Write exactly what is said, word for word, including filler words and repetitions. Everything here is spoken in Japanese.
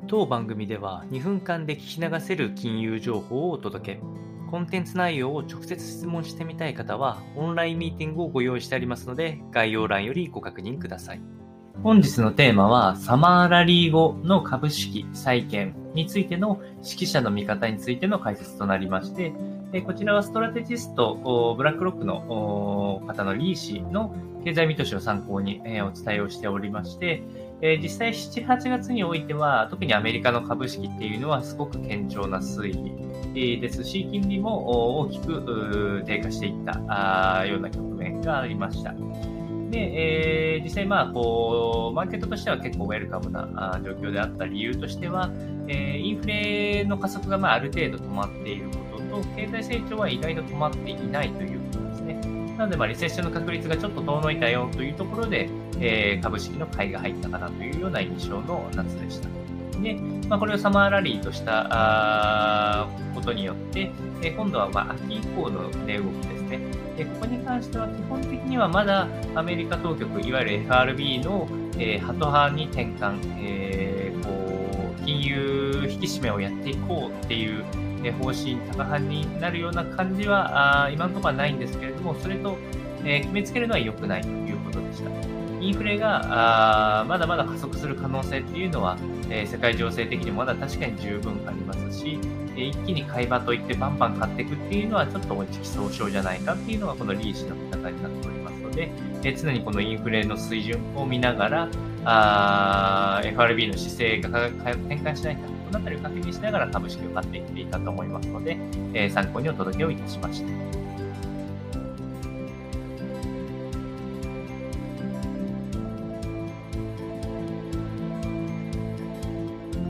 当番組ではにふんかんで聞き流せる金融情報をお届け。コンテンツ内容を直接質問してみたい方はオンラインミーティングをご用意してありますので、概要欄よりご確認ください。本日のテーマはサマーラリー後の株式債券についての識者の見方についての解説となりまして、こちらはストラテジストブラックロックの方のリー氏の経済見通しを参考にお伝えをしておりまして、実際しち、はちがつにおいては特にアメリカの株式っていうのはすごく堅調な推移ですし、金利も大きく低下していったような局面がありました。で、えー、実際まあこうマーケットとしては結構ウェルカムな状況であった理由としては、えー、インフレの加速がまあある程度止まっていることと、経済成長は意外と止まっていないということですね。なのでまあリセッションの確率がちょっと遠のいたよというところで、えー、株式の買いが入ったかなというような印象の夏でした。で、まあ、これをサマーラリーとしたことによって、えー、今度はまあ秋以降の値動きですね。でここに関しては基本的にはまだアメリカ当局、いわゆる エフアールビー の、えー、ハト派に転換、えー、こう金融引き締めをやっていこうっていう、えー、方針、タカ派になるような感じはあ今のところはないんですけれども、それと、えー、決めつけるのは良くないということでした。インフレがあまだまだ加速する可能性っていうのは、えー、世界情勢的にもまだ確かに十分ありますし、えー、一気に買い場といってバンバン買っていくっていうのはちょっと時期尚早じゃないかっていうのがこのリー氏の見方になっておりますので、えー、常にこのインフレの水準を見ながらあ エフアールビー の姿勢が転換しないか、このあたりを確認しながら株式を買っていっていたと思いますので、えー、参考にお届けをいたしました。